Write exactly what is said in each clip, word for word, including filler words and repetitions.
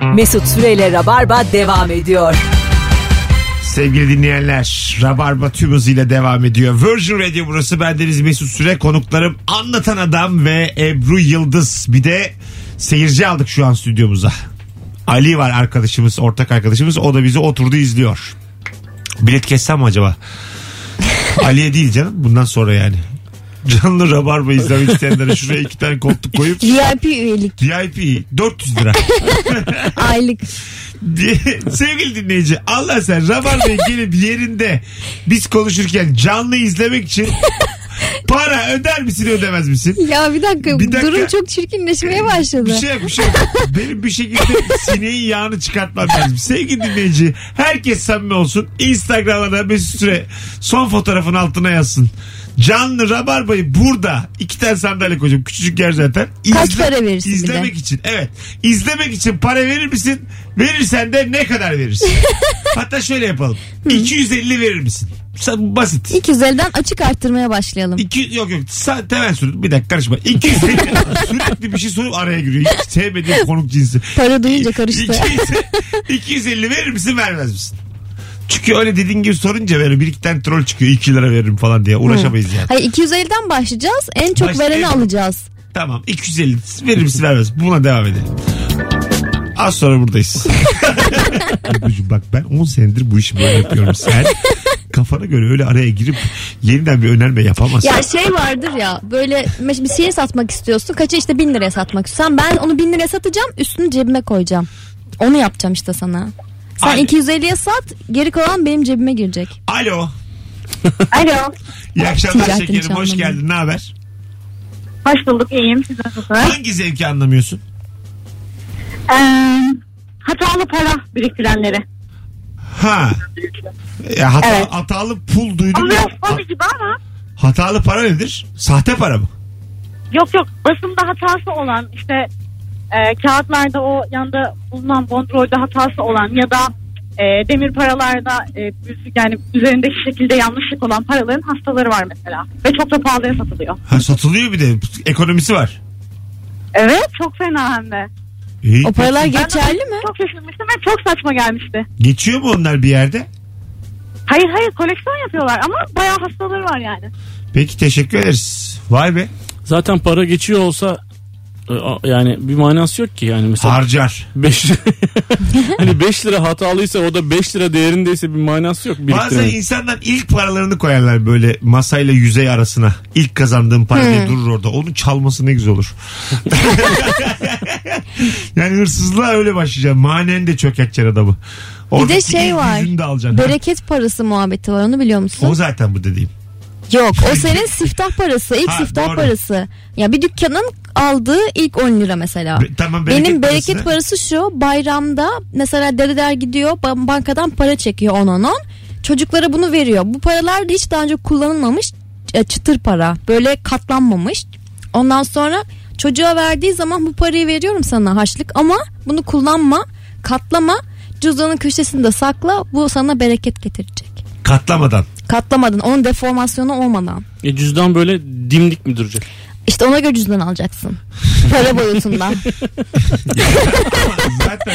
Mesut Süreyle Rabarba devam ediyor. Sevgili dinleyenler, Rabarba tüm hızıyla devam ediyor. Virgin Radio burası, bendeniz Mesut Süre, konuklarım Anlatan Adam ve Ebru Yıldız. Bir de seyirci aldık şu an stüdyomuza. Ali var arkadaşımız, ortak arkadaşımız, o da bizi oturdu izliyor. Bilet kessem mi acaba? Ali'ye değil canım, bundan sonra yani. Canlı Rabarba izlemek isteyenlere şuraya iki tane koltuk koyup V I P üyelik. V I P dört yüz lira Aylık. Sevgili dinleyici, Allah sen Rabarba'ya gelip yerinde biz konuşurken canlı izlemek için para öder misin, ödemez misin? Ya bir dakika, bir dakika. Durum çok çirkinleşmeye başladı. Bir şey yok, bir şey yok. Benim bir şekilde sineğin yağını çıkartmam lazım. Sevgili dinleyici, herkes samimi olsun. Instagram'a da Mesut Süre son fotoğrafın altına yazsın. Canlı Rabarba'yı burada iki tane sandalye koyacağım. Küçücük yer zaten. Kaç İzle, para verirsin İzlemek için. Evet. İzlemek için para verir misin? Verirsen de ne kadar verirsin? Hatta şöyle yapalım. iki yüz elli verir misin? Basit. iki yüz elliden açık arttırmaya başlayalım. İki, yok yok. Sa- temel soru. Bir dakika karışma. iki yüz elli sürekli bir şey sorup araya giriyor. Hiç sevmediğim konuk cinsi. Para duyunca karıştı. iki yüz elli verir misin, vermez misin? Çünkü öyle dediğin gibi sorunca böyle bir iki tane troll çıkıyor. iki lira veririm falan diye. Uğraşamayız yani. Hayır, iki yüz elliden başlayacağız. En çok Başka vereni en... alacağız. Tamam, iki yüz elli verir misin, vermez. Buna devam edelim. Az sonra buradayız. Bak ben on senedir bu işi böyle yapıyorum. Sen kafana göre öyle araya girip yeniden bir önerme yapamazsın. Ya şey vardır ya, böyle bir şey satmak istiyorsun. Kaça, işte bin liraya satmak istiyorsan ben onu bin liraya satacağım, üstünü cebime koyacağım. Onu yapacağım işte sana. Sen Alo. iki yüz elliye sat, geri kalan benim cebime girecek. Alo. Alo. İyi akşamlar şekerim, hoş geldin, ne haber? Hoş bulduk, iyiyim, siz nasılsınız? Hangi zevki anlamıyorsun? Ee, hatalı para biriktirenleri. Ha. Ya hata, evet. Hatalı pul duydum. Ama hobi gibi ama. Hatalı para nedir? Sahte para mı? Yok yok, basımda hatası olan, işte e, kağıtlarda o yanda bulunan bondrolde hatası olan ya da e, demir paralarda e, yani üzerindeki şekilde yanlışlık olan paraların hastaları var mesela. Ve çok da pahalıya satılıyor. Ha, satılıyor, bir de ekonomisi var. Evet, çok fena hem de. İyi, o paralar peki. geçerli mi? Çok şaşırmıştım ve çok saçma gelmişti. Geçiyor mu onlar bir yerde? Hayır hayır, koleksiyon yapıyorlar ama bayağı hastaları var yani. Peki, teşekkür ederiz. Vay be. Zaten para geçiyor olsa yani bir manası yok ki yani mesela. Harcar. beş hani beş lira hatalıysa o da beş lira değerindeyse bir manası yok. Bazen insanlar ilk paralarını koyarlar böyle masayla yüzey arasına. İlk kazandığım para diye durur orada. Onun çalması ne güzel olur. Yani hırsızlığa öyle başlayacağım. Manen de çökerteceksin adamı. Bir de şey var. Bereket parası muhabbeti var, onu biliyor musun? O zaten bu dediğim. Yok, o senin siftah parası, ilk ha, siftah doğru. parası. Ya bir dükkanın aldığı ilk on lira mesela. Be, tamam, bereket Benim bereket parası, parası şu: bayramda mesela dedeler gidiyor bankadan para çekiyor on on on. Çocuklara bunu veriyor. Bu paralar da hiç daha önce kullanılmamış çıtır para. Böyle katlanmamış. Ondan sonra çocuğa verdiği zaman bu parayı veriyorum sana harçlık ama bunu kullanma, katlama, cüzdanın köşesinde sakla, bu sana bereket getirecek. Katlamadan. Katlamadan, onun deformasyonu olmadan. E cüzdan böyle dimdik mi duracak? İşte ona göre cüzdan alacaksın. Para boyutundan. Zaten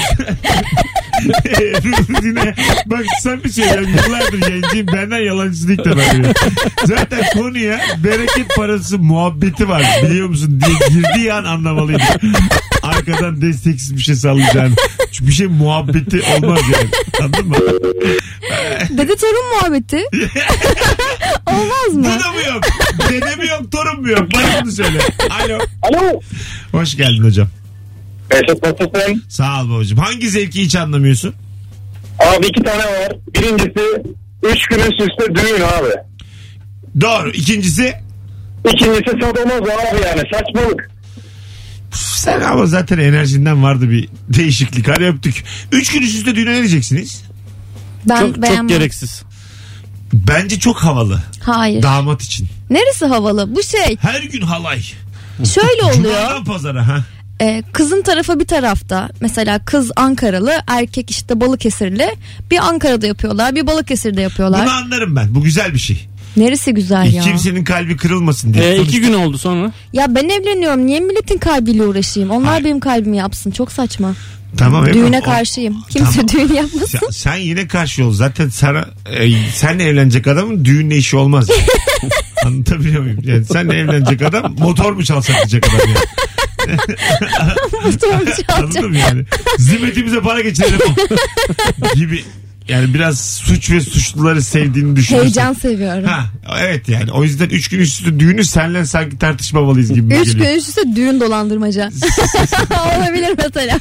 yine bak sen bir şey ya, yıllardır yayıncıyım, benden yalancısını ilk defa görüyorum. Zaten konuya bereket parası muhabbeti var biliyor musun diye girdiği an anlamalıydı. Arkadan desteksiz bir şey sallayacağını. Çünkü bir şey muhabbeti olmaz yani. Anladın mı? Dede torun muhabbeti. Olmaz mı? Dede mi yok? Dede mi yok, torun mu yok? Bana bunu söyle. Alo. Alo. Hoş geldin hocam. Mesut, nasılsın? Sağ ol babacığım. Hangi zevki hiç anlamıyorsun? Abi iki tane var. Birincisi üç gün üst üste düğün abi. Doğru. İkincisi? İkincisi sadomazo abi, yani saçmalık. Sen ama zaten enerjinden vardı bir değişiklik. Hadi öptük. Üç gün üst üste düğüne ne diyeceksiniz? Ben çok, çok gereksiz. Bence çok havalı. Hayır. Damat için. Neresi havalı? Bu şey. Her gün halay. Şöyle oluyor. Cumadan pazara ha. Ee, kızın tarafı bir tarafta. Mesela kız Ankaralı, erkek işte Balıkesirli. Bir Ankara'da yapıyorlar, bir Balıkesir'de yapıyorlar. Bunu anlarım ben. Bu güzel bir şey. Neresi güzel ya? Kimsenin kalbi kırılmasın diye. Ee, iki gün oldu sonra. Ya ben evleniyorum. Niye milletin kalbiyle uğraşayım? Onlar Hayır. benim kalbimi yapsın. Çok saçma. Tamam. Düğüne karşıyım. Kimse tamam. düğün yapmasın. Sen, sen yine karşı ol. Zaten sana e, senle evlenecek adamın düğünle işi olmaz. Yani. Anlatabiliyor muyum? Yani senle evlenecek adam motor mu çalsak diyecek adam yani. Motor mu çalacak? Anladın mı yani? Zimmetimize para geçirelim gibi. Yani biraz suç ve suçluları sevdiğini düşünüyorsun. Heyecan seviyorum. Ha, evet yani. O yüzden üç gün üst üste düğünü senle sanki tartışmamalıyız gibi. Üç gün üst üste düğün dolandırmaca. Olabilir mesela.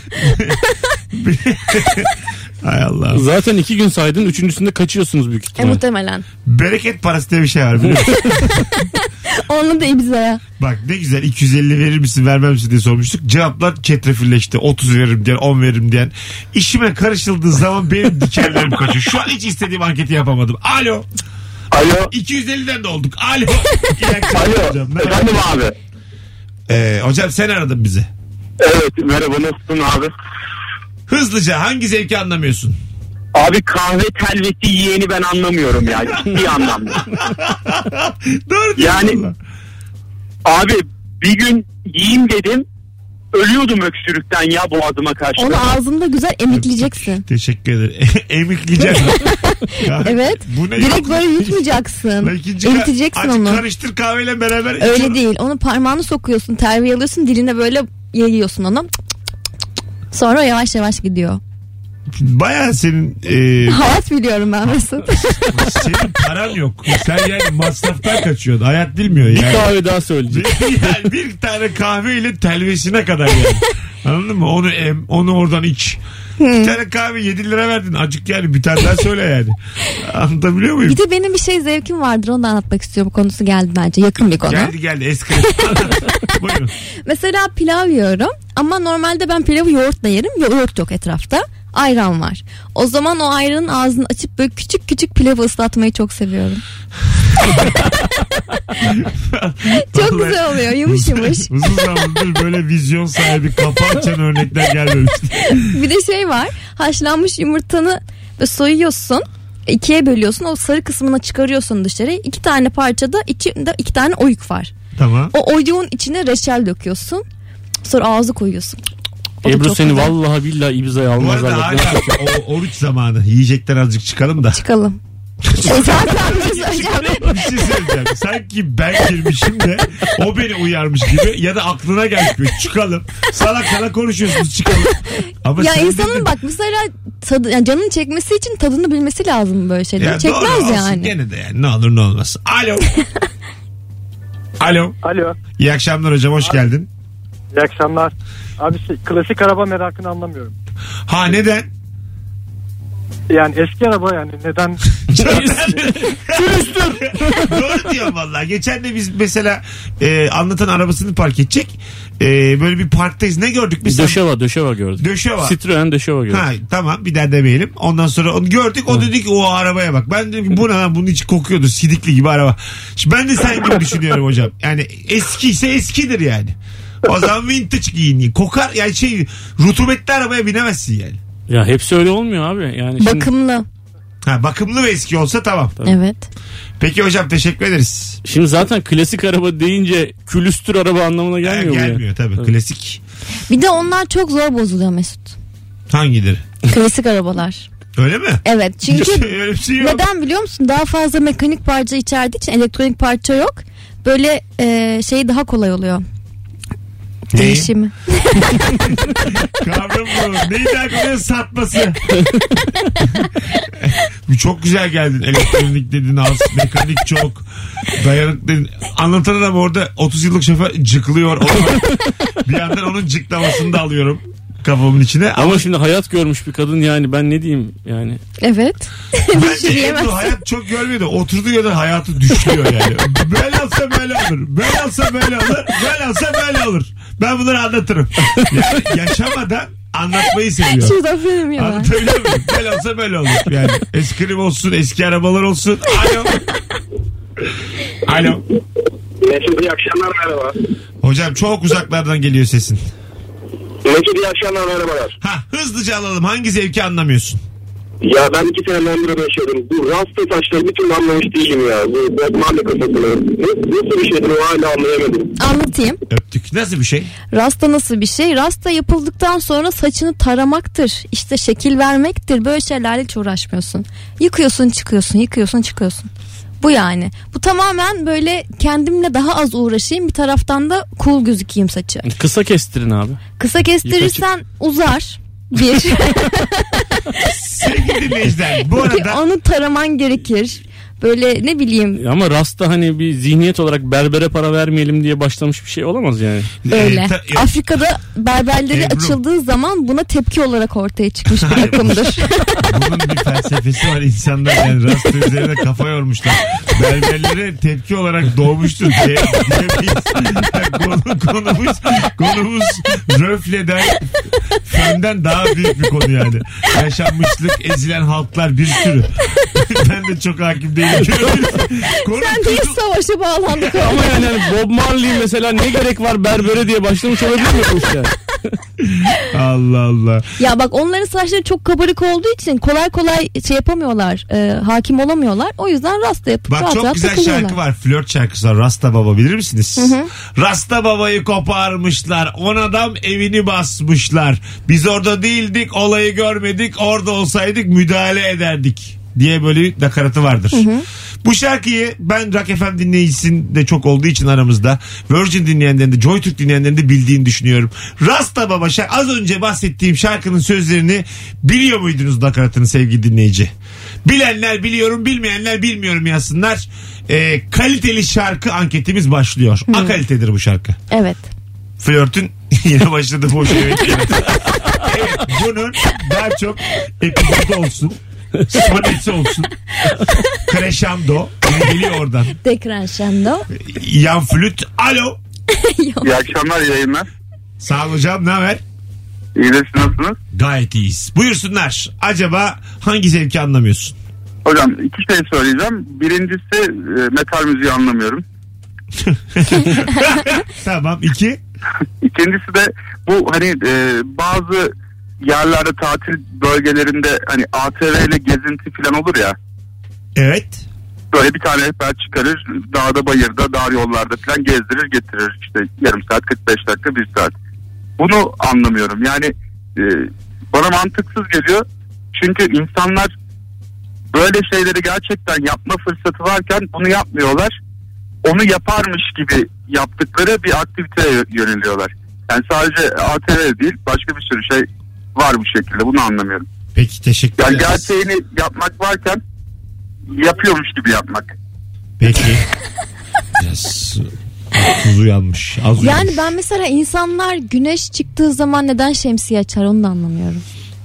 Hay Allah. Zaten iki gün saydın, üçüncüsünde kaçıyorsunuz büyük ihtimal. E muhtemelen. Bereket parası diye bir şey var biliyor musun? Onu da Ibiza'ya. Bak ne güzel, iki yüz elli verir misin vermem misin diye sormuştuk. Cevaplar çetrefilleşti. otuz veririm diyen, on veririm diyen. İşime karışıldığı zaman benim dikenlerim kaçıyor. Şu an hiç istediğim anketi yapamadım. Alo. Alo. iki yüz elliden de olduk. Alo. Alo. Hocam. Efendim abi. Ee, hocam sen aradın bizi. Evet merhaba, nasılsın abi? Hızlıca hangi zevki anlamıyorsun? Abi kahve telvesi yiyeni ben anlamıyorum ya. Ciddi anlamda. Doğru diyorsun. Yani valla. Abi bir gün yiyeyim dedim. Ölüyordum öksürükten ya, boğazıma kaçtı. Onu ağzında güzel emikleyeceksin. Teşekkür ederim. Emikleyeceksin. Evet. Bu ne direkt yok? böyle yutmayacaksın. Eriteceksin onu. onu. Karıştır kahveyle beraber. Öyle onu. değil. Onu parmağını sokuyorsun, terbiye alıyorsun, diline böyle yayıyorsun onu. Sonra yavaş yavaş gidiyor. Bayağı senin e... hayat biliyorum ben Mesut. Senin paran yok. Sen yani masraftan kaçıyorsun. Hayat bilmiyor yani. Bir kahve daha söyleyecek. Yani bir tane kahveyle telvesine kadar yani. Anladın mı? Onu em, onu oradan iç. Bir tane kahve yedi lira verdin. Acık yani bir tane daha söyle yani. Anlatabiliyor muyum? Bir de benim bir şey zevkim vardır. Onu da anlatmak istiyorum. Konusu geldi bence. Yakın bir konu. Geldi geldi. Eski. Buyurun. Mesela pilav yiyorum. Ama normalde ben pilavı yoğurtla yerim. Yoğurt yok etrafta. Ayran var. O zaman o ayranın ağzını açıp böyle küçük küçük pilavı ıslatmayı çok seviyorum. Çok Vallahi güzel oluyor. Yumuş yumuş. Uzun zamandır böyle vizyon sahibi, kafa açan örnekler gelmemişti. Bir de şey var. Haşlanmış yumurtanı soyuyorsun. İkiye bölüyorsun. O sarı kısmını çıkarıyorsun dışarı. İki tane parçada içinde iki tane oyuk var. Tamam. O oyuğun içine reçel döküyorsun. Sonra ağzı koyuyorsun. Ebru seni güzel. Vallahi billahi Ibiza'ya Bu almaz. arada hala o, oruç zamanı. Yiyecekten azıcık çıkalım da. Çıkalım. Zaten bir şey söyleyeceğim. Bir şey söyleyeceğim. Sanki ben girmişim de o beni uyarmış gibi ya da aklına gelmiş gibi. Çıkalım. Salak salak konuşuyorsunuz, çıkalım. Ama ya insanın dedin, bak mesela tadı, yani canın çekmesi için tadını bilmesi lazım böyle şeyler. Ya çekmez doğru, yani. Olsun, gene de yani ne olur ne olmaz. Alo. Alo. Alo. İyi akşamlar hocam, hoş Abi, geldin. İyi akşamlar. Abi şey, klasik araba merakını anlamıyorum. Ha neden? Yani eski araba yani neden? Doğru diyorum vallahi. Geçen de biz mesela e, anlatan arabasını park edecek. E, böyle bir parktayız. Ne gördük biz? Döşeva, döşeva gördük. Döşeva. Citroen döşeva gördük. Ha, tamam bir daha demeyelim. Ondan sonra onu gördük. O dedi ki o arabaya bak. Ben dedim ki bu ne lan, bunun içi kokuyordu. Sidikli gibi araba. Şimdi ben de sen gibi düşünüyorum hocam. Yani eski ise eskidir yani. O zaman vintage giyin. Kokar yani şey, rutubetli arabaya binemezsin yani. Ya hepsi öyle olmuyor abi. Yani şimdi... Bakımlı. Ha, bakımlı ve eski olsa tamam. Evet. Peki hocam, teşekkür ederiz. Şimdi zaten klasik araba deyince külüstür araba anlamına gelmiyor. Ha, gelmiyor tabii. tabii. Klasik. Bir de onlar çok zor bozuluyor Mesut. Hangileri? Klasik arabalar. Öyle mi? Evet, çünkü Öyle bir şey yok. neden biliyor musun? Daha fazla mekanik parça içerdiği için elektronik parça yok. Böyle e, şey daha kolay oluyor. Neyi? Değişimi. Kavram bu. Neyi takılıyor? Satması. Çok güzel geldin. Elektronik dedin az. Mekanik çok. Dayanık dedin. Anlatan adam orada otuz yıllık şoför cıklıyor. Bir yandan onun cıklamasını da alıyorum kafamın içine. Ama, Ama şimdi hayat görmüş bir kadın, yani ben ne diyeyim yani. Evet. Bence Ebru hayat çok görmüyordu. Oturduğu yerden hayatı düşüyor yani. Böyle alsa böyle alır. Böyle alsa böyle alır. Böyle alsa böyle alır. Ben bunları anlatırım. Yani yaşamadan anlatmayı seviyor. Şizofrenim ya. Anlatabiliyor muyum? Böyle olsa böyle olur. Yani eskrim olsun, eski arabalar olsun. Alo. Alo. Mesut iyi akşamlar, merhaba. Hocam çok uzaklardan geliyor sesin. Mesut iyi akşamlar, merhabalar. Ha, hızlıca alalım. Hangi zevki anlamıyorsun? Ya ben iki sene Londra'da yaşadım. Bu rasta taşları bir türlü anlamış değilim ya. Bu Bob Marley kafasını. Nasıl bir şeydir o hala anlayamadım. Anlatayım. Öptük. Nasıl bir şey? Rasta nasıl bir şey? Rasta yapıldıktan sonra saçını taramaktır. İşte şekil vermektir. Böyle şeylerle hiç uğraşmıyorsun. Yıkıyorsun çıkıyorsun, yıkıyorsun çıkıyorsun. Bu yani. Bu tamamen böyle kendimle daha az uğraşayım, bir taraftan da cool gözükeyim saçı. Kısa kestirin abi. Kısa kestirirsen uzar. Bir. Sevgili dinleyiciler, bu arada onu taraman gerekir. Böyle ne bileyim. Ama rasta hani bir zihniyet olarak berbere para vermeyelim diye başlamış bir şey olamaz yani. Öyle. E, ta, e, Afrika'da berberleri Ebru. açıldığı zaman buna tepki olarak ortaya çıkmış bir akımdır. Bunun bir felsefesi var. İnsanlar yani rasta üzerine kafa yormuşlar. Berberlere tepki olarak doğmuştur diye diyemeyiz. Konu, konumuz, konumuz röfleden fenden daha büyük bir konu yani. Yaşanmışlık, ezilen halklar bir sürü. Ben de çok hakim değilim. Konu, Sen niye savaşa bağlandık? Ama yani Bob Marley mesela ne gerek var berbere diye başlamış olabilir mi bu işte? Allah Allah. Ya bak onların saçları çok kabarık olduğu için kolay kolay şey yapamıyorlar. E, hakim olamıyorlar. O yüzden rasta yapıp bak rahat çok rahat güzel takılıyorlar. şarkı var. Flört şarkısı var. Rasta Baba bilir misiniz? Hı hı. Rasta Baba'yı koparmışlar. On adam evini basmışlar. Biz orada değildik. Olayı görmedik. Orada olsaydık müdahale ederdik diye böyle bir nakaratı vardır. Hı hı. Bu şarkıyı ben Rock F M dinleyicisinde çok olduğu için aramızda Virgin dinleyenlerin de Joy Türk dinleyenlerin de bildiğini düşünüyorum. Rasta Baba şarkı, az önce bahsettiğim şarkının sözlerini biliyor muydunuz nakaratını sevgili dinleyici? Bilenler biliyorum, bilmeyenler bilmiyorum yazsınlar. Ee, kaliteli şarkı anketimiz başlıyor. Hı. A kalitedir bu şarkı. Evet. Flörtün yine başladı boş evet. Evet, bunun daha çok epizodu olsun. Sonesi olsun. Crescendo. Yani geliyor oradan. Decrescendo. Yan flüt. Alo. İyi akşamlar, yayınlar. Sağ ol hocam, ne haber? İyidir, siz nasılsınız? Gayet iyiyiz. Buyursunlar. Acaba hangi zevki anlamıyorsun? Hocam iki şey söyleyeceğim. Birincisi e, metal müziği anlamıyorum. Tamam. İki. İkincisi de bu hani e, bazı yerlerde, tatil bölgelerinde hani A T V ile gezinti falan olur ya. Evet. Böyle bir tane rehber çıkarır, dağda bayırda, dar yollarda falan gezdirir getirir. İşte yarım saat, kırk beş dakika, bir saat. Bunu anlamıyorum. Yani e, bana mantıksız geliyor. Çünkü insanlar böyle şeyleri gerçekten yapma fırsatı varken bunu yapmıyorlar. Onu yaparmış gibi yaptıkları bir aktiviteye yöneliyorlar. Yani sadece A T V değil, başka bir sürü şey var bu şekilde. Bunu anlamıyorum. Peki, teşekkür yani ederiz. gerçeğini yapmak varken yapıyormuş gibi yapmak. Peki. Biraz tuz uyanmış. Az Yani uyanmış. ben mesela insanlar güneş çıktığı zaman neden şemsiye açar onu da anlamıyorum.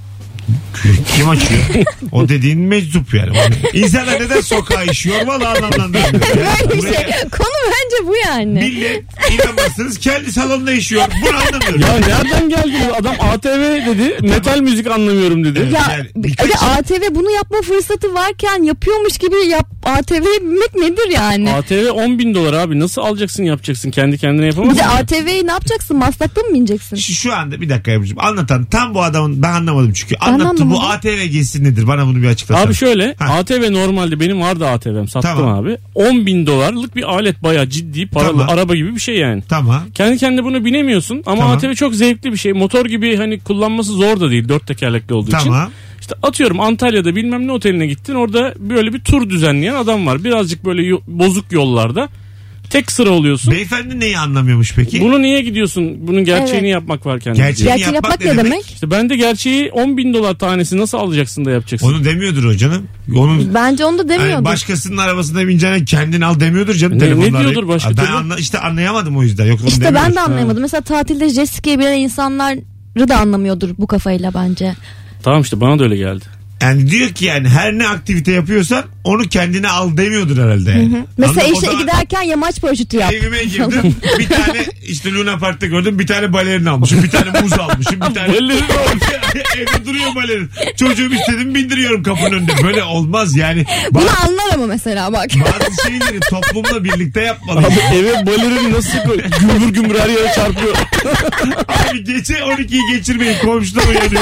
Kim açıyor? O dediğin meczup yani. İnsanlar neden sokağa işiyor? Valla anlamlandırmıyor. Böyle bir şey. Konu bence bu yani. Millet inanmazsınız kendi salonunda işiyor. Bunu anlamıyorum. Ya nereden geldi bu? Adam A T V dedi, metal müzik anlamıyorum dedi. Evet. Ya Yani birkaç- öyle A T V bunu yapma fırsatı varken yapıyormuş gibi yap, A T V'ye binmek nedir yani? A T V on bin dolar abi. Nasıl alacaksın, yapacaksın? Kendi kendine Bir yapamazsın. de A T V'yi ne yapacaksın? Maslakta mı bineceksin? Şu, şu anda bir dakika yapacağım. Anlatan tam bu adamın, ben anlamadım çünkü. Ben Anlattı, anlamadım. bu A T V gezisi nedir? Bana bunu bir açıklasana. Abi şöyle, Ha. A T V normalde benim vardı A T V'm, sattım Tamam. abi. on bin dolarlık bir alet, bayağı ciddi paralı, Tamam. araba gibi bir şey yani. Tamam. Kendi kendine bunu binemiyorsun ama Tamam. A T V çok zevkli bir şey. Motor gibi hani kullanması zor da değil, dört tekerlekli olduğu için. Tamam. İşte atıyorum Antalya'da bilmem ne oteline gittin, orada böyle bir tur düzenleyen adam var. Birazcık böyle yo- bozuk yollarda. Tek sıra oluyorsun. Beyefendi neyi anlamıyormuş peki? Bunu niye gidiyorsun? Bunun gerçeğini Evet. yapmak varken. Gerçeğini Gerçi yapmak ne demek? İşte ben de gerçeği on bin dolar tanesi nasıl alacaksın da yapacaksın? Onu demiyordur o canım. Onun Bence onu da demiyordur. yani başkasının arabasına bineceğine kendin al demiyordur canım. Ne- telefonla ne arayıp. diyordur başka Ben türlü? anla, işte anlayamadım o yüzden. Yok, onu İşte ben demiyordur. de anlayamadım. Mesela tatilde jet ski'ye binen insanları da anlamıyordur bu kafayla bence. Tamam işte bana da öyle geldi. Yani diyor ki yani her ne aktivite yapıyorsan onu kendine al demiyordur herhalde yani. Mesela Anladın? O işe zaman giderken yamaç paraşütü yap. evime girdim, bir tane işte Luna Park'ta gördüm, bir tane balerin almışım, bir tane muz almışım, bir tane Balerin evde duruyor Geliyor balerin. Çocuğum istedim bindiriyorum kapının önünde. Böyle olmaz yani. Bunu bazı, anlar ama mesela bak. Bazı şeyleri toplumla birlikte yapmalı. Abi eve balerin nasıl gümbür gümbür her yere çarpıyor. Abi gece on ikiyi geçirmeyin. Komşular uyanıyor.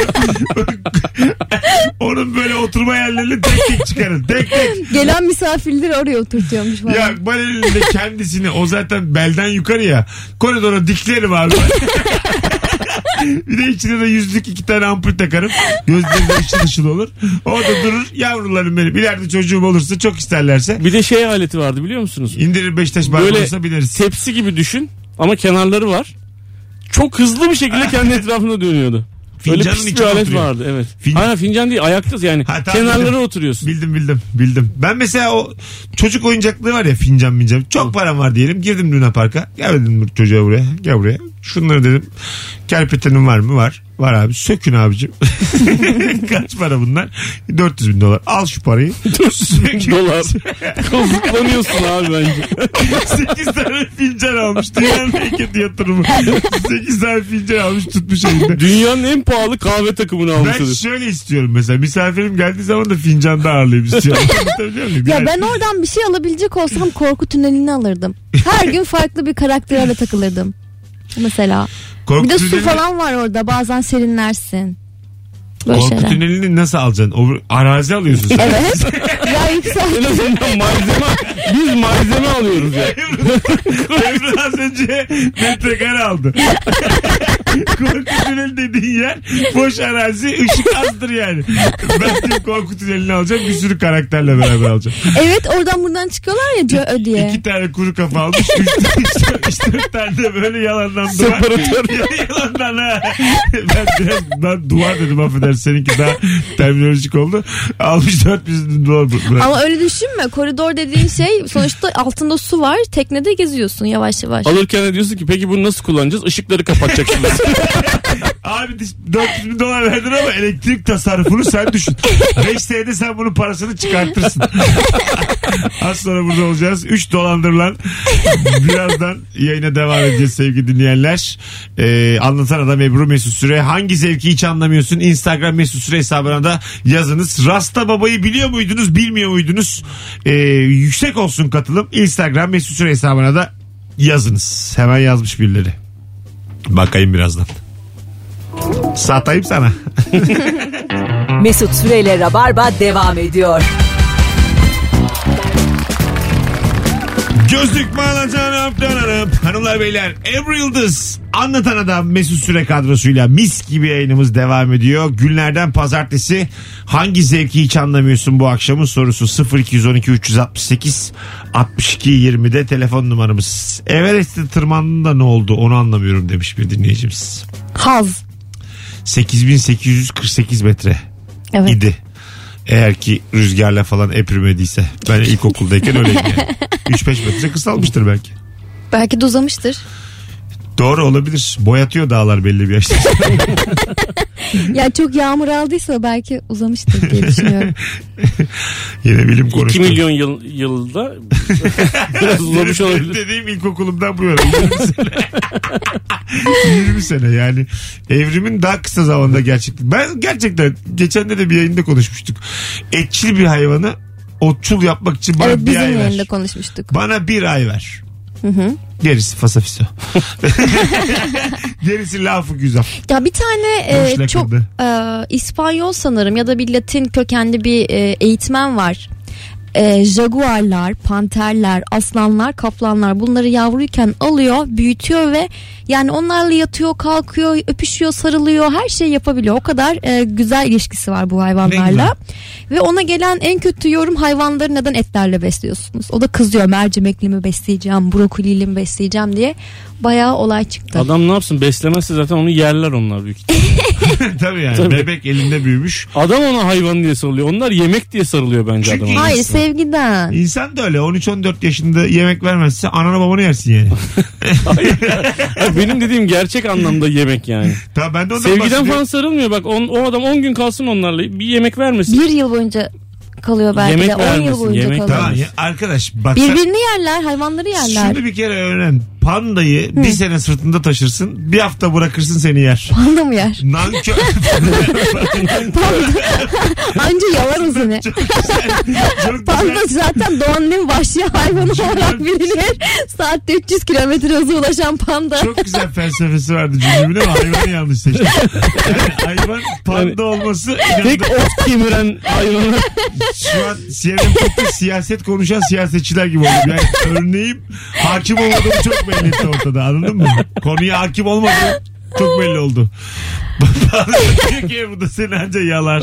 Onun böyle oturma yerlerini tek tek çıkarın. Tek tek. Gelen misafirleri oraya oturtuyormuş falan. Ya balerin de kendisini o zaten belden yukarı ya. Koridora diklerim abi. Bir de içine de yüzlük iki tane ampul takarım. Gözleri de ışıl ışıl olur. Orada durur yavrularım benim. İleride çocuğum olursa çok isterlerse. Bir de şey aleti vardı biliyor musunuz? İndirir Beşiktaş bağırırsa biliriz. Tepsi gibi düşün ama kenarları var. Çok hızlı bir şekilde kendi etrafında dönüyordu. Öyle pis bir alet oturuyor. Vardı evet. Fin... Hayır fincan değil ayakta yani ha, tamam, kenarlara bildim. Oturuyorsun. Bildim bildim bildim. Ben mesela o çocuk oyuncaklığı var ya fincan mincan. Çok param var diyelim girdim Luna Park'a. Gel dedim çocuğa buraya gel buraya. Şunları dedim kerpetenin var mı? Var. Var abi sökün abicim. Kaç para bunlar? dört yüz bin dolar. Al şu parayı. dört yüz bin dolar. Kazıklanıyorsun abi bence. sekiz tane fincan almış. Dünyanın en kötü yatırımı. sekiz tane fincan almış tutmuş elinde. Dünyanın en pahalı kahve takımını almış. Ben şöyle istiyorum mesela. Misafirim geldiği zaman da fincanda ağırlayayım istiyorum. Ya ben oradan bir şey alabilecek olsam korku tünelini alırdım. Her gün farklı bir karakterle takılırdım. Mesela. Korku bir de su tüneli... falan var orada. Bazen serinlersin. Böyle korku şeyler. Tünelini nasıl alacaksın? O, arazi alıyorsun sen. Evet. Ya yüksel. En azından malzeme. Biz malzeme alıyoruz ya. Ebru az önce metrekare aldı. Korku tüneli dediğin yer boş arazi, ışık azdır yani. Ben de korku tünelini alacağım, bir sürü karakterle beraber alacağım. Evet oradan buradan çıkıyorlar ya Joe diye. İki tane kuru kafa almış. Üç, üç, üç dört tane de böyle yalandan duvar. Yalandan ha. Ben biraz ben duvar dedim affedersin. Seninki daha terminolojik oldu. Almış dört yüz dolar. Ama öyle düşünme. Koridor dediğin şey sonuçta altında su var. Teknede geziyorsun yavaş yavaş. Alırken de diyorsun ki peki bunu nasıl kullanacağız? Işıkları kapatacaksınız. Abi dört yüz bin dolar verdin ama elektrik tasarrufunu sen düşün. beş senede sen bunun parasını çıkartırsın. Az sonra burada olacağız. üç dolandırılan. Birazdan yayına devam edeceğiz sevgili dinleyenler. Ee, anlatan adam Ebru Mesut Süre. Hangi zevki hiç anlamıyorsun? Instagram Mesut Süre hesabına da yazınız. Rasta babayı biliyor muydunuz? Bilmiyor muydunuz? Ee, yüksek olsun katılım. Instagram Mesut Süre hesabına da yazınız. Hemen yazmış birileri. Bakayım birazdan. Satayım sana. Mesut Süreyle Rabarba devam ediyor. Gözlük mü alacaksın? Hanımlar beyler Ebru Yıldız Anlatan Adam Mesut Süre kadrosuyla mis gibi yayınımız devam ediyor. Günlerden pazartesi hangi zevki hiç anlamıyorsun bu akşamın sorusu sıfır iki on iki üç altı sekiz altmış iki yirmide telefon numaramız. Everest'te tırmandığında ne oldu onu anlamıyorum demiş bir dinleyicimiz. Haz. sekiz bin sekiz yüz kırk sekiz metre evet. idi. Eğer ki rüzgarla falan eprimediyse. Ben ilkokuldayken öyleydim yani. üç beş metre kısalmıştır belki. Belki de uzamıştır. Doğru olabilir. Boyatıyor dağlar belli bir yaşta. Ya çok yağmur aldıysa belki uzamıştır diye düşünüyorum. Yine bilim konuştu. iki milyon yıl, yılda biraz uzamış olabilir. Dediğim ilkokulumdan bu yana. yirmi sene. yirmi sene yani. Evrimin daha kısa zamanda gerçekten. Ben gerçekten geçen de de bir yayında konuşmuştuk. Etçil bir hayvanı otçul yapmak için bana evet, bir ay ver. Evet bizim yayında konuşmuştuk. Bana bir ay ver. Hı hı. Gerisi fasafiso. Gerisi lafı güzel. Ya bir tane e, çok e, İspanyol sanırım ya da bir Latin kökenli bir e, eğitmen var. E, jaguarlar, panterler, aslanlar, kaplanlar bunları yavruyken alıyor, büyütüyor ve yani onlarla yatıyor, kalkıyor, öpüşüyor, sarılıyor, her şeyi yapabiliyor. O kadar e, güzel ilişkisi var bu hayvanlarla. Ve ona gelen en kötü yorum hayvanları neden etlerle besliyorsunuz? O da kızıyor mercimekli mi besleyeceğim, brokoliyle mi besleyeceğim diye. Bayağı olay çıktı. Adam ne yapsın beslemezse zaten onu yerler onlar büyük ihtimalle. Tabii yani Tabii. Bebek elinde büyümüş. Adam ona hayvan diye sarılıyor. Onlar yemek diye sarılıyor bence Çünkü adama. Hayır sevgiden. İnsan da öyle on üç on dört yaşında yemek vermezse anana babanı yersin yani. Benim dediğim gerçek anlamda yemek yani. Tamam, ben de sevgiden falan sarılmıyor. Bak on, o adam on gün kalsın onlarla bir yemek vermesin. Bir yıl boyunca kalıyor belki yemek de. on yıl boyunca yemek kalıyor. Tamam ya, arkadaş bak. Birbirini yerler, hayvanları yerler. Şunu bir kere öğren. Pandayı Hı. bir sene sırtında taşırsın. Bir hafta bırakırsın seni yer. Panda mı yer? Nankör. Panda. Anca yalar o seni. Çok güzel. Çok Panda güzel. zaten doğanın en vahşi hayvanı olarak bilinir. Saatte üç yüz kilometre hıza ulaşan panda. Çok güzel felsefesi vardı cümlemin ama hayvanı yanlış seçtim. Yani hayvan panda olması. Tek ot kemiren hayvanlar. Şu an C N N'de siyaset konuşan siyasetçiler gibi oldu. Yani örneğim hakim olmadığım çok belli etti ortada, anladın mı? Konuya hakim olmadığım çok belli oldu. Diyor ki bu da seni anca yalar.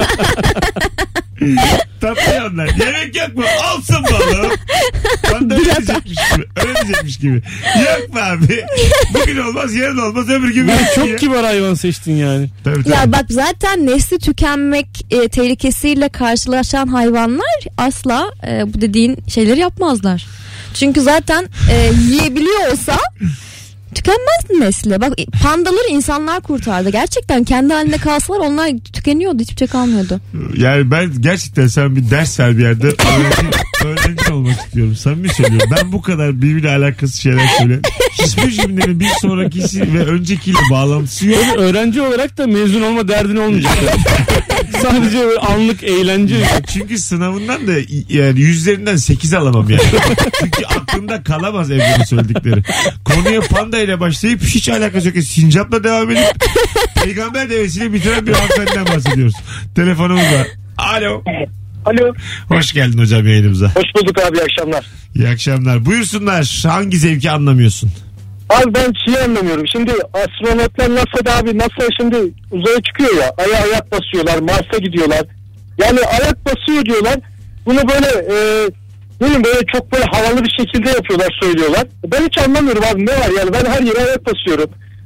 Tatlı onlar. Yemek yok mu? Olsun bakalım. Ben de öyle diyecekmiş gibi. Öyle diyecekmiş gibi. Yok mu abi? Bugün olmaz, yarın olmaz, öbür gün. Ben çok kibar hayvan seçtin yani. Tabii, tabii. Ya bak zaten nesli tükenmek e, tehlikesiyle karşılaşan hayvanlar asla e, bu dediğin şeyleri yapmazlar. Çünkü zaten e, yiyebiliyor olsa tükenmez nesli. Bak pandaları insanlar kurtardı. Gerçekten kendi haline kalsalar onlar tükeniyordu. Hiçbir şey kalmıyordu. Yani ben gerçekten sen bir ders ver bir yerde. Öğrenci, öğrenci olmak istiyorum. Samimi söylüyorum. Ben bu kadar birbiriyle alakasız şeyler söylüyorum. Hiçbir cümlenin bir sonrakisi ve öncekiyle bağlantısı yok. Öyle öğrenci olarak da mezun olma derdin olmayacak. Sadece böyle anlık eğlence. Çünkü sınavından da yani yüzlerinden sekiz alamam yani. Çünkü aklımda kalamaz Ebru'nun söyledikleri. Konuya panda ile başlayıp hiç alakası yok. Sincap'la devam edip peygamber devesiyle bitiren bir hanımefendiden bahsediyoruz. Telefonumuz var. Alo. Alo. Hoş geldin hocam yayınımıza. Hoş bulduk abi, iyi akşamlar. İyi akşamlar. Buyursunlar. Hangi zevki anlamıyorsun? Abi ben şeyi anlamıyorum. Şimdi astronotlar NASA'da abi NASA şimdi uzaya çıkıyor ya. Aya ayak basıyorlar. Mars'a gidiyorlar. Yani ayak basıyor diyorlar. Bunu böyle e, ne bileyim böyle çok böyle havalı bir şekilde yapıyorlar, söylüyorlar. Ben hiç anlamıyorum abi, ne var yani, ben her yere ayak basıyorum.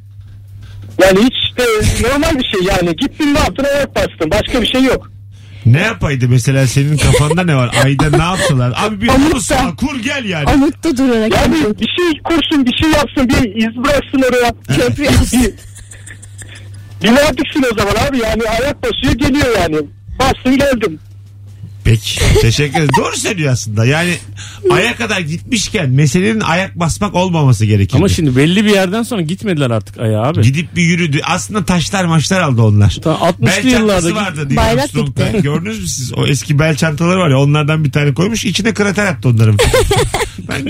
Yani hiç de normal bir şey yani. Gittin ne yaptın, ayak bastın. Başka bir şey yok. Ne yapaydı mesela, senin kafanda ne var? Ayda ne yapsalar? Abi bir Amutsa kur gel yani. Amutta durarak. Yani bir şey kursun, bir şey yapsın, bir iz bıraksın oraya. Köprü yapsın. Bir ne yapıksın o zaman abi, yani ayak basıyor geliyor yani. Bastın geldim. Peki teşekkür ederim. Doğru söylüyor aslında. Yani aya kadar gitmişken meselenin ayak basmak olmaması gerekir. Ama şimdi belli bir yerden sonra gitmediler artık aya abi. Gidip bir yürüdü. Aslında taşlar maçlar aldı onlar. altmışlı yıllarda vardı. Bayrak gitti. Gördünüz mü siz? O eski bel çantaları var ya, onlardan bir tane koymuş. İçine krater attı onların. Ben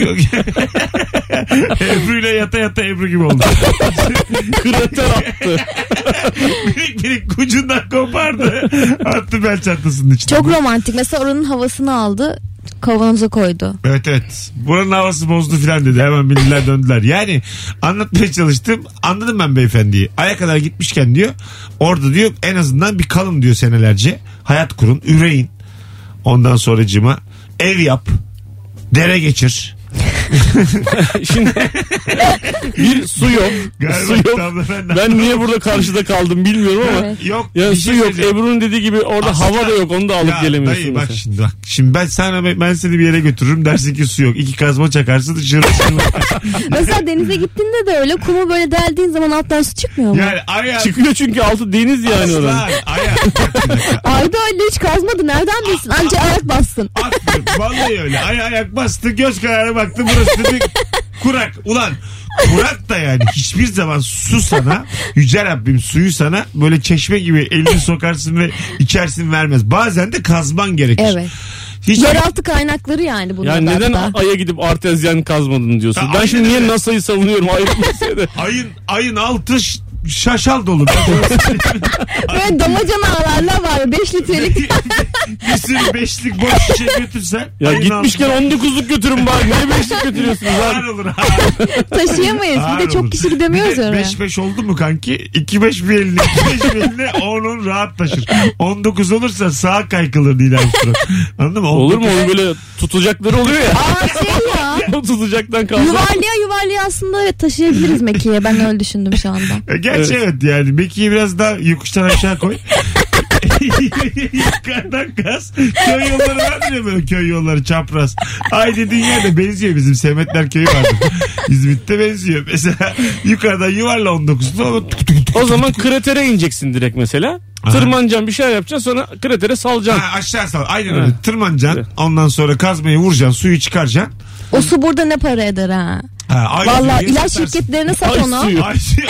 Ebru ile yata yata Ebru gibi oldu. Krater attı. Minik minik ucundan kopardı. Attı bel çantasının içine. Çok romantik. Mesela oranın havasını aldı, kavanoza koydu. Evet evet. Buranın havası bozdu filan dedi. Hemen bindiler döndüler. Yani anlatmaya çalıştım. Anladım ben beyefendiyi. Aya kadar gitmişken diyor. Orada diyor en azından bir kalın diyor senelerce. Hayat kurun. Üreyin. Ondan sonracığıma ev yap. Dere geçir. Şimdi bir su yok. Galiba su yok. Ben, ben niye burada karşıda kaldım bilmiyorum ama. Evet. Yok. Ya su yok. Ebru'nun dediği gibi orada aslında, hava da yok. Onu da alıp ya, gelemiyorsun. Dayı, bak şimdi bak. Şimdi ben sana ben seni bir yere götürürüm, dersin ki su yok. İki kazma çakarsın dışarı. Mesela denize gittiğinde de öyle, kumu böyle deldiğin zaman alttan su çıkmıyor mu? Yani aya... Çıkıyor çünkü altı deniz yani Aslan, orada. Aya. Ayda öyle hiç kazmadı. Nereden bilsin? Anca ayak bassın. Aklım, vallahi öyle. Ay ayak bastı, göz kararı baktı, burası bir kurak. Ulan kurak da yani hiçbir zaman su sana, Yüce Rabbim suyu sana böyle çeşme gibi elini sokarsın ve içersin vermez. Bazen de kazman gerekir. Evet. Hiç... Yeraltı kaynakları yani bunlar. Yani neden hatta. Ay'a gidip artezyen kazmadın diyorsun? Ya, ben şimdi niye öyle. NASA'yı savunuyorum? Ayıp mesele. Ayın, ayın altı ş- şaşal dolu. Böyle damacana ağlarla var. beş litrelik. Bir sürü beşlik boş şişe götürsen. Ya gitmişken on dokuzluk götürün bari. Niye beşlik götürüyorsunuz Ağır abi? olur. Ağır. Taşıyamayız. Ağır Bir de çok olur. kişi gidemiyoruz oraya. beş beş oldu mu kanki? iki beş bir eline. iki beş bir eline onun rahat taşır. on dokuz olursa sağa kaykılır Nilay Armstrong. Anladın mı? Olur mu? Onun böyle tutacakları oluyor ya. Aa şey ya. O tutacaktan kalacak. Yuvarlıya yuvarlıya aslında evet taşıyabiliriz Meki'ye. Ben öyle düşündüm şu anda. Gerçi evet, evet yani. Meki'yi biraz daha yokuştan aşağı koy. Yukarıdan gaz. Köy yolları vardır ya, böyle köy yolları çapraz. Ay dediğin yerde benziyor, bizim Semetler köyü vardır. İzmit'te benziyor. Mesela yukarıdan yuvarla on dokuzda. O zaman kratere ineceksin direkt mesela. Tırmanacaksın, bir şey yapacaksın, sonra kratere salacaksın. Ha, aşağı sal. Aynen öyle. Tırmanacaksın. Evet. Ondan sonra kazmayı vuracaksın. Suyu çıkaracaksın. O su burada ne para eder ha? Ha, valla ilaç satarsın. Şirketlerine sat ay onu. Suyu. Ay suyu.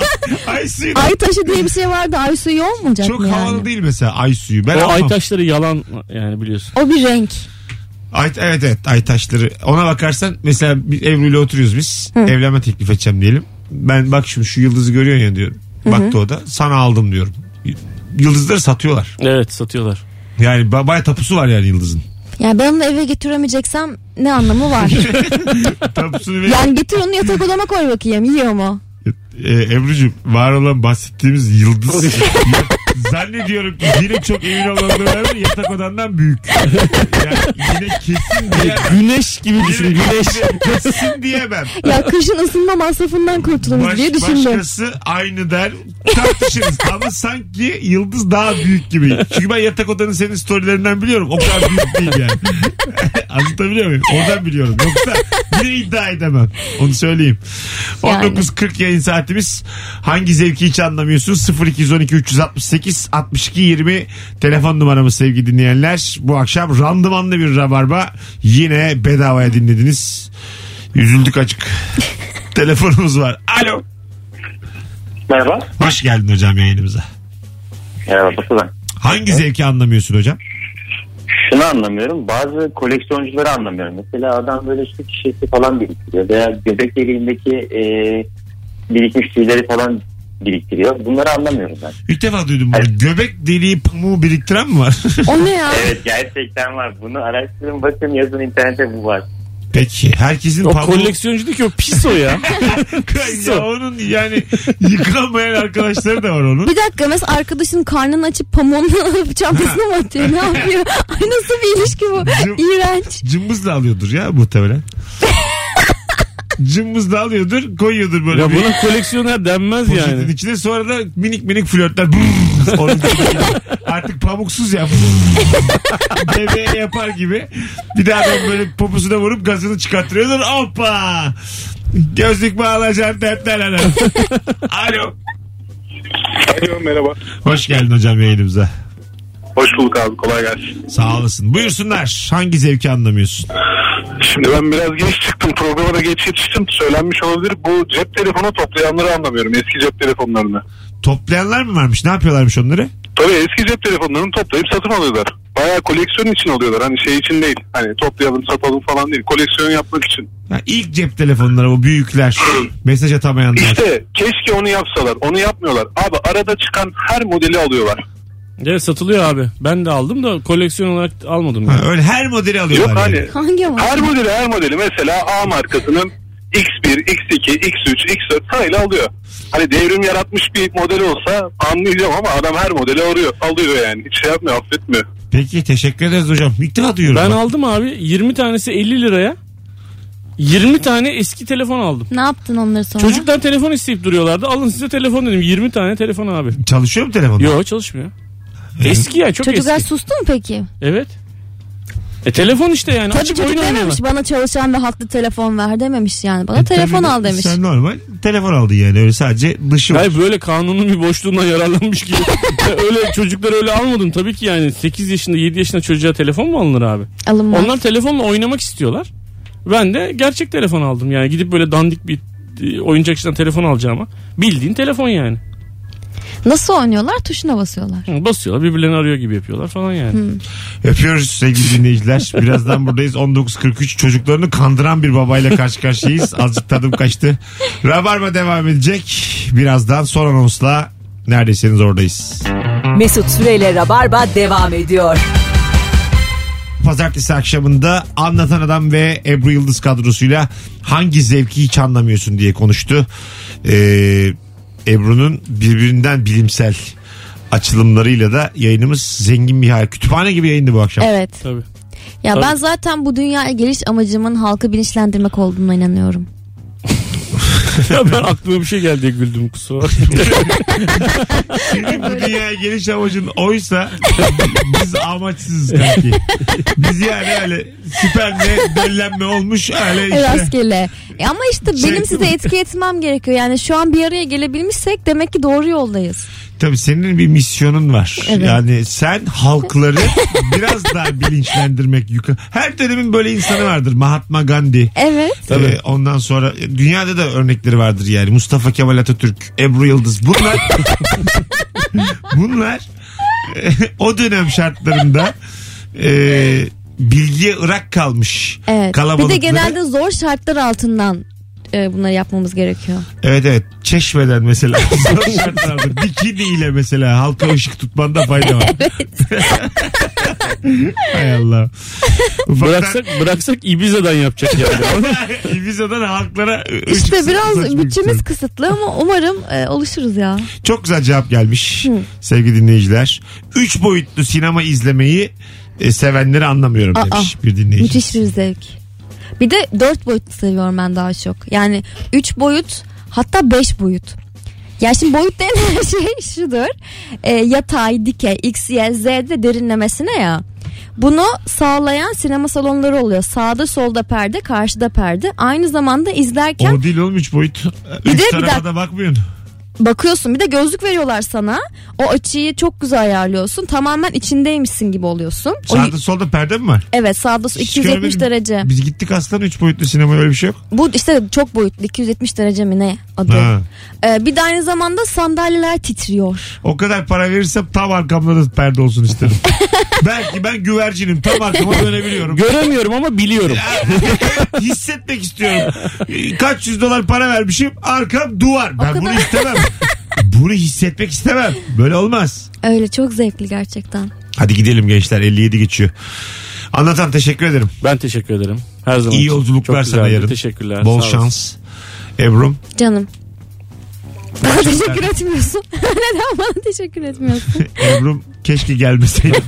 Ay suyu. Ay taşı diye bir şey vardı. Ay suyu olmayacak çok mı yani? Çok havalı değil mesela ay suyu. Ben o ay taşları yalan yani, biliyorsun. O bir renk. Ay, evet evet ay taşları. Ona bakarsan mesela Ebru ile oturuyoruz biz. Hı. Evlenme teklif edeceğim diyelim. Ben bak şimdi şu yıldızı görüyorsun ya diyorum. Hı-hı. Baktı o da. Sana aldım diyorum. Yıldızları satıyorlar. Evet, satıyorlar. Yani bayağı tapusu var yani yıldızın. Yani ben onu eve getiremeyeceksem ne anlamı var? Tapusunu ver. Yani getir onu yatak odama koy bakayım, yiyor mu? Ee, Ebru'cum, var olan bahsettiğimiz yıldız zannediyorum ki yine çok emin olanlar yatak odandan büyük. Yani yine kesin diye. Güneş gibi düşün, güneş. Kesin diyemem. Ya kışın ısınma masrafından kurtuluruz Baş, diye düşündüm. Başkası aynı der, tartışırız ama sanki yıldız daha büyük gibi. Çünkü ben yatak odanın senin storylerinden biliyorum. O kadar büyük değil yani. Anlatabiliyor muyum? Oradan biliyorum. Yoksa yine iddia edemem. Onu söyleyeyim. on dokuz kırk yayın saatimiz. Hangi zevki hiç anlamıyorsunuz? sıfır iki on iki üç altı sekiz altmış iki yirmi telefon numaramız sevgili dinleyenler. Bu akşam randımanlı bir rabarba. Yine bedavaya dinlediniz. Üzüldük açık. Telefonumuz var. Alo. Merhaba. Hoş geldin hocam yayınımıza. Merhaba. Nasılsın? Hangi zevki anlamıyorsun hocam? Şunu anlamıyorum. Bazı koleksiyoncuları anlamıyorum. Mesela adam böyle işte şişesi falan biriktiriyor. Veya göbek deliğindeki e, birikmiş tüyleri falan biriktiriyor. Bunları anlamıyorum ben. İlk defa duydum bunu. Evet. Göbek deliği pamuğu biriktiren mi var? O ne ya? Evet, gerçekten var. Bunu araştırın, bakın, yazın internette, bu var. Peki herkesin o pamuğu... koleksiyoncu değil ki, o pis o ya. Pis ya, onun yani yıkamayan arkadaşları da var onun. Bir dakika, mesela arkadaşın karnını açıp pamuğunu çantasına mı atıyor? Ne yapıyor? Ay, nasıl bir ilişki bu? Cım, İğrenç. Cımbızla alıyordur ya muhtemelen. Cımbızla alıyordur, koyuyordur böyle. Ya bir buna koleksiyoner denmez yani. İçine sonra da minik minik flörtler. Artık pamuksuz ya. Bebeğe yapar gibi. Bir daha ben böyle popusuna vurup gazını çıkartıyordur. Hoppa! Gözlük mü alacaksın dertler ana. Alo. Alo, merhaba. Hoş geldin hocam yayınımıza. Hoş bulduk abi, kolay gelsin. Sağ olasın. Buyursunlar. Hangi zevki anlamıyorsun? Şimdi ben biraz geç çıktım, programa da geç yetiştim, söylenmiş olabilir. Bu cep telefonu toplayanları anlamıyorum, eski cep telefonlarını. Toplayanlar mı varmış? Ne yapıyorlarmış onları? Tabii eski cep telefonlarını toplayıp satın alıyorlar. Bayağı koleksiyon için alıyorlar, hani şey için değil. Hani toplayalım satalım falan değil, koleksiyon yapmak için. Ha, ilk cep telefonları, o büyükler, mesaj atamayanlar. İşte keşke onu yapsalar, onu yapmıyorlar. Abi arada çıkan her modeli alıyorlar. Evet, satılıyor abi. Ben de aldım da koleksiyon olarak almadım. Ha, öyle her modeli alıyorlar. Yok yani. hani. Hangi modeli? Her modeli her modeli. Mesela A markasının X bir, X iki, X üç, X dört sırayla alıyor. Hani devrim yaratmış bir modeli olsa anlayacağım ama adam her modeli alıyor, alıyor yani. Hiç şey yapmıyor, affetmiyor. Peki, teşekkür ederiz hocam. İlk defa duyuyorum. Ben bak. aldım abi. yirmi tanesi elli liraya. yirmi tane eski telefon aldım. Ne yaptın onları sonra? Çocuklar telefon isteyip duruyorlardı. Alın size telefon dedim. yirmi tane telefon abi. Çalışıyor mu telefon? Yok, çalışmıyor. Eski ya, çok Çocuklar eski. sustu mu peki? Evet. E telefon işte yani. Tabii açıp çocuk dememiş bana çalışan ve haklı telefon ver dememiş yani. Bana e, telefon al demiş. Sen normal telefon aldın yani, öyle sadece dışı var. Hayır, böyle kanunun bir boşluğundan yararlanmış gibi. Öyle çocuklar öyle almadım tabii ki yani. sekiz yaşında yedi yaşında çocuğa telefon mu alınır abi? Alınmaz. Onlar telefonla oynamak istiyorlar. Ben de gerçek telefon aldım yani, gidip böyle dandik bir oyuncakçıdan telefon alacağıma. Bildiğin telefon yani. Nasıl oynuyorlar? Tuşuna basıyorlar. Hı, basıyorlar, birbirlerini arıyor gibi yapıyorlar falan yani. Hı. Öpüyoruz sevgili dinleyiciler. Birazdan buradayız. on dokuz kırk üç çocuklarını kandıran bir babayla karşı karşıyayız. Azıcık tadım kaçtı. Rabarba devam edecek. Birazdan son anonsla neredeyseniz oradayız. Mesut Süreyle Rabarba devam ediyor. Pazartesi akşamında Anlatan Adam ve Ebru Yıldız kadrosuyla hangi zevki hiç anlamıyorsun diye konuştu. Eee Ebru'nun birbirinden bilimsel açılımlarıyla da yayınımız zengin bir hal. Kütüphane gibi yayındı bu akşam. Evet. Tabii. Ya Tabii. Ben zaten bu dünyaya geliş amacımın halkı bilinçlendirmek olduğuna inanıyorum. Ya ben aklıma bir şey geldi diye güldüm, kusura. Senin bu dünyaya geliş amacın oysa biz amaçsızız kanki. Biz yani öyle süperle döllenme olmuş öyle işte. Rastgele. E ama işte şey, benim size etki etmem gerekiyor. Yani şu an bir araya gelebilmişsek demek ki doğru yoldayız. Tabii senin bir misyonun var. Evet. Yani sen halkları biraz daha bilinçlendirmek yukarı. Her dönemin böyle insanı vardır. Mahatma Gandhi. Evet. Tabii. Ee, ondan sonra dünyada da örnekleri vardır yani. Mustafa Kemal Atatürk, Ebru Yıldız. Bunlar bunlar o dönem şartlarında e, bilgiye ırak kalmış. Evet. Bir de genelde zor şartlar altından e, bunları yapmamız gerekiyor. Evet evet. Çeşmeden mesela zor şartlarda bikiniyle mesela halka ışık tutmanda fayda var. Evet. Hay Allah. Ufaktan... Bıraksak, bıraksak Ibiza'dan yapacak yani. Ibiza'dan halklara İşte biraz bütçemiz istiyorum. Kısıtlı ama umarım e, oluşuruz ya. Çok güzel cevap gelmiş. Hı. Sevgili dinleyiciler. Üç boyutlu sinema izlemeyi e, sevenleri anlamıyorum demiş Aa, bir dinleyicimiz. Müthiş bir zevk. Bir de dört boyutlu seviyorum ben daha çok. Yani üç boyut hatta beş boyut. Ya şimdi boyut denen şey şudur. E, yatay, dikey, x, y, z'de derinlemesine ya. Bunu sağlayan sinema salonları oluyor. Sağda solda perde, karşıda perde. Aynı zamanda izlerken... O değil oğlum üç boyut. Üç de, tarafa da bakmıyorsun. Bakıyorsun, bir de gözlük veriyorlar sana. O açıyı çok güzel ayarlıyorsun. Tamamen içindeymişsin gibi oluyorsun. Sağda o... solda perde mi var? Evet, sağda iki yüz yetmiş derece. Biz gittik aslan üç boyutlu sinemaya, öyle bir şey yok. Bu işte çok boyutlu iki yüz yetmiş derece mi ne adı. Ee, bir de aynı zamanda sandalyeler titriyor. O kadar para verirsem tam arkamda da perde olsun isterim. Belki ben güvercinim, tam arkama dönebiliyorum. Göremiyorum ama biliyorum. Hissetmek istiyorum. Kaç yüz dolar para vermişim, arkam duvar. Ben bunu istemem. Bunu hissetmek istemem. Böyle olmaz. Öyle, çok zevkli gerçekten. Hadi gidelim gençler, elli yedi geçiyor. Anlatan teşekkür ederim. Ben teşekkür ederim. Her zaman. İyi yolculuklar sana yarın. Teşekkürler. Bol şans. Ebru'm. Canım. Bana teşekkür etmiyorsun. Neden bana teşekkür etmiyorsun? Ebru'm keşke gelmeseydim.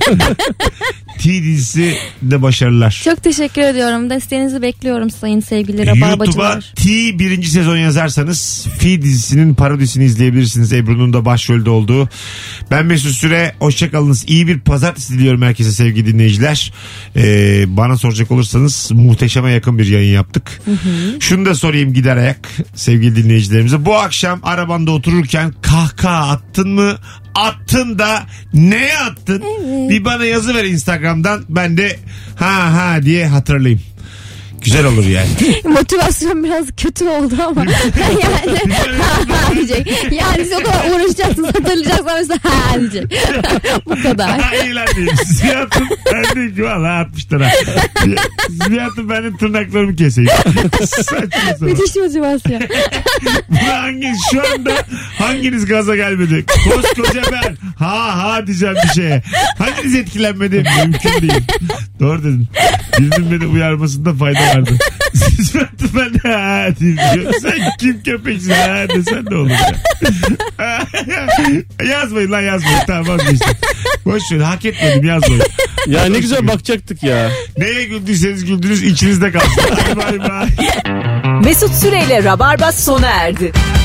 T dizisi de başarılar. Çok teşekkür ediyorum. Desteğinizi bekliyorum sayın sevgili rabarbacılar. YouTube'a T birinci sezon yazarsanız Fi dizisinin parodisini izleyebilirsiniz. Ebru'nun da başrolde olduğu. Ben Mesut Süre. Hoşçakalınız. İyi bir pazartesi diliyorum herkese sevgili dinleyiciler. Ee, bana soracak olursanız muhteşeme yakın bir yayın yaptık. Hı hı. Şunu da sorayım gider ayak sevgili dinleyicilerimize. Bu akşam arabanda otururken kahkaha attın mı? Attın da neye attın? Evet. Bir bana yazı ver Instagram'dan, ben de ha ha diye hatırlayayım. Güzel olur yani. Motivasyon biraz kötü oldu ama. yani ha diyecek. Yani siz o kadar uğraşacaksınız, hatırlayacaksınız mesela ha diyecek. Bu kadar. Hayır lan diyeyim. Ziyat'ın ben de ki valla altmışlar ha. Ziyat'ın ben de tırnaklarımı keseyim. Müthiş motivasyon. Hanginiz şu anda hanginiz gaza gelmedi? Koskoca ben ha ha diyeceğim bir şeye. Hanginiz etkilenmedi? Mümkün değil. Doğru dedin. Birinin beni uyarmasında fayda vardı. Siz ben de ha diyeyim. Sen kim köpeksin ha desen de olur ya. Yazmayın lan, yazmayın. Tamam, vazgeçtim. Boş ver, hak etmedim, yazmayın. Ya ne güzel bakacaktık ya. Neye güldüyseniz güldünüz, içinizde kalsın. Hadi bay bay. Mesut Süre ile Rabarba sona erdi.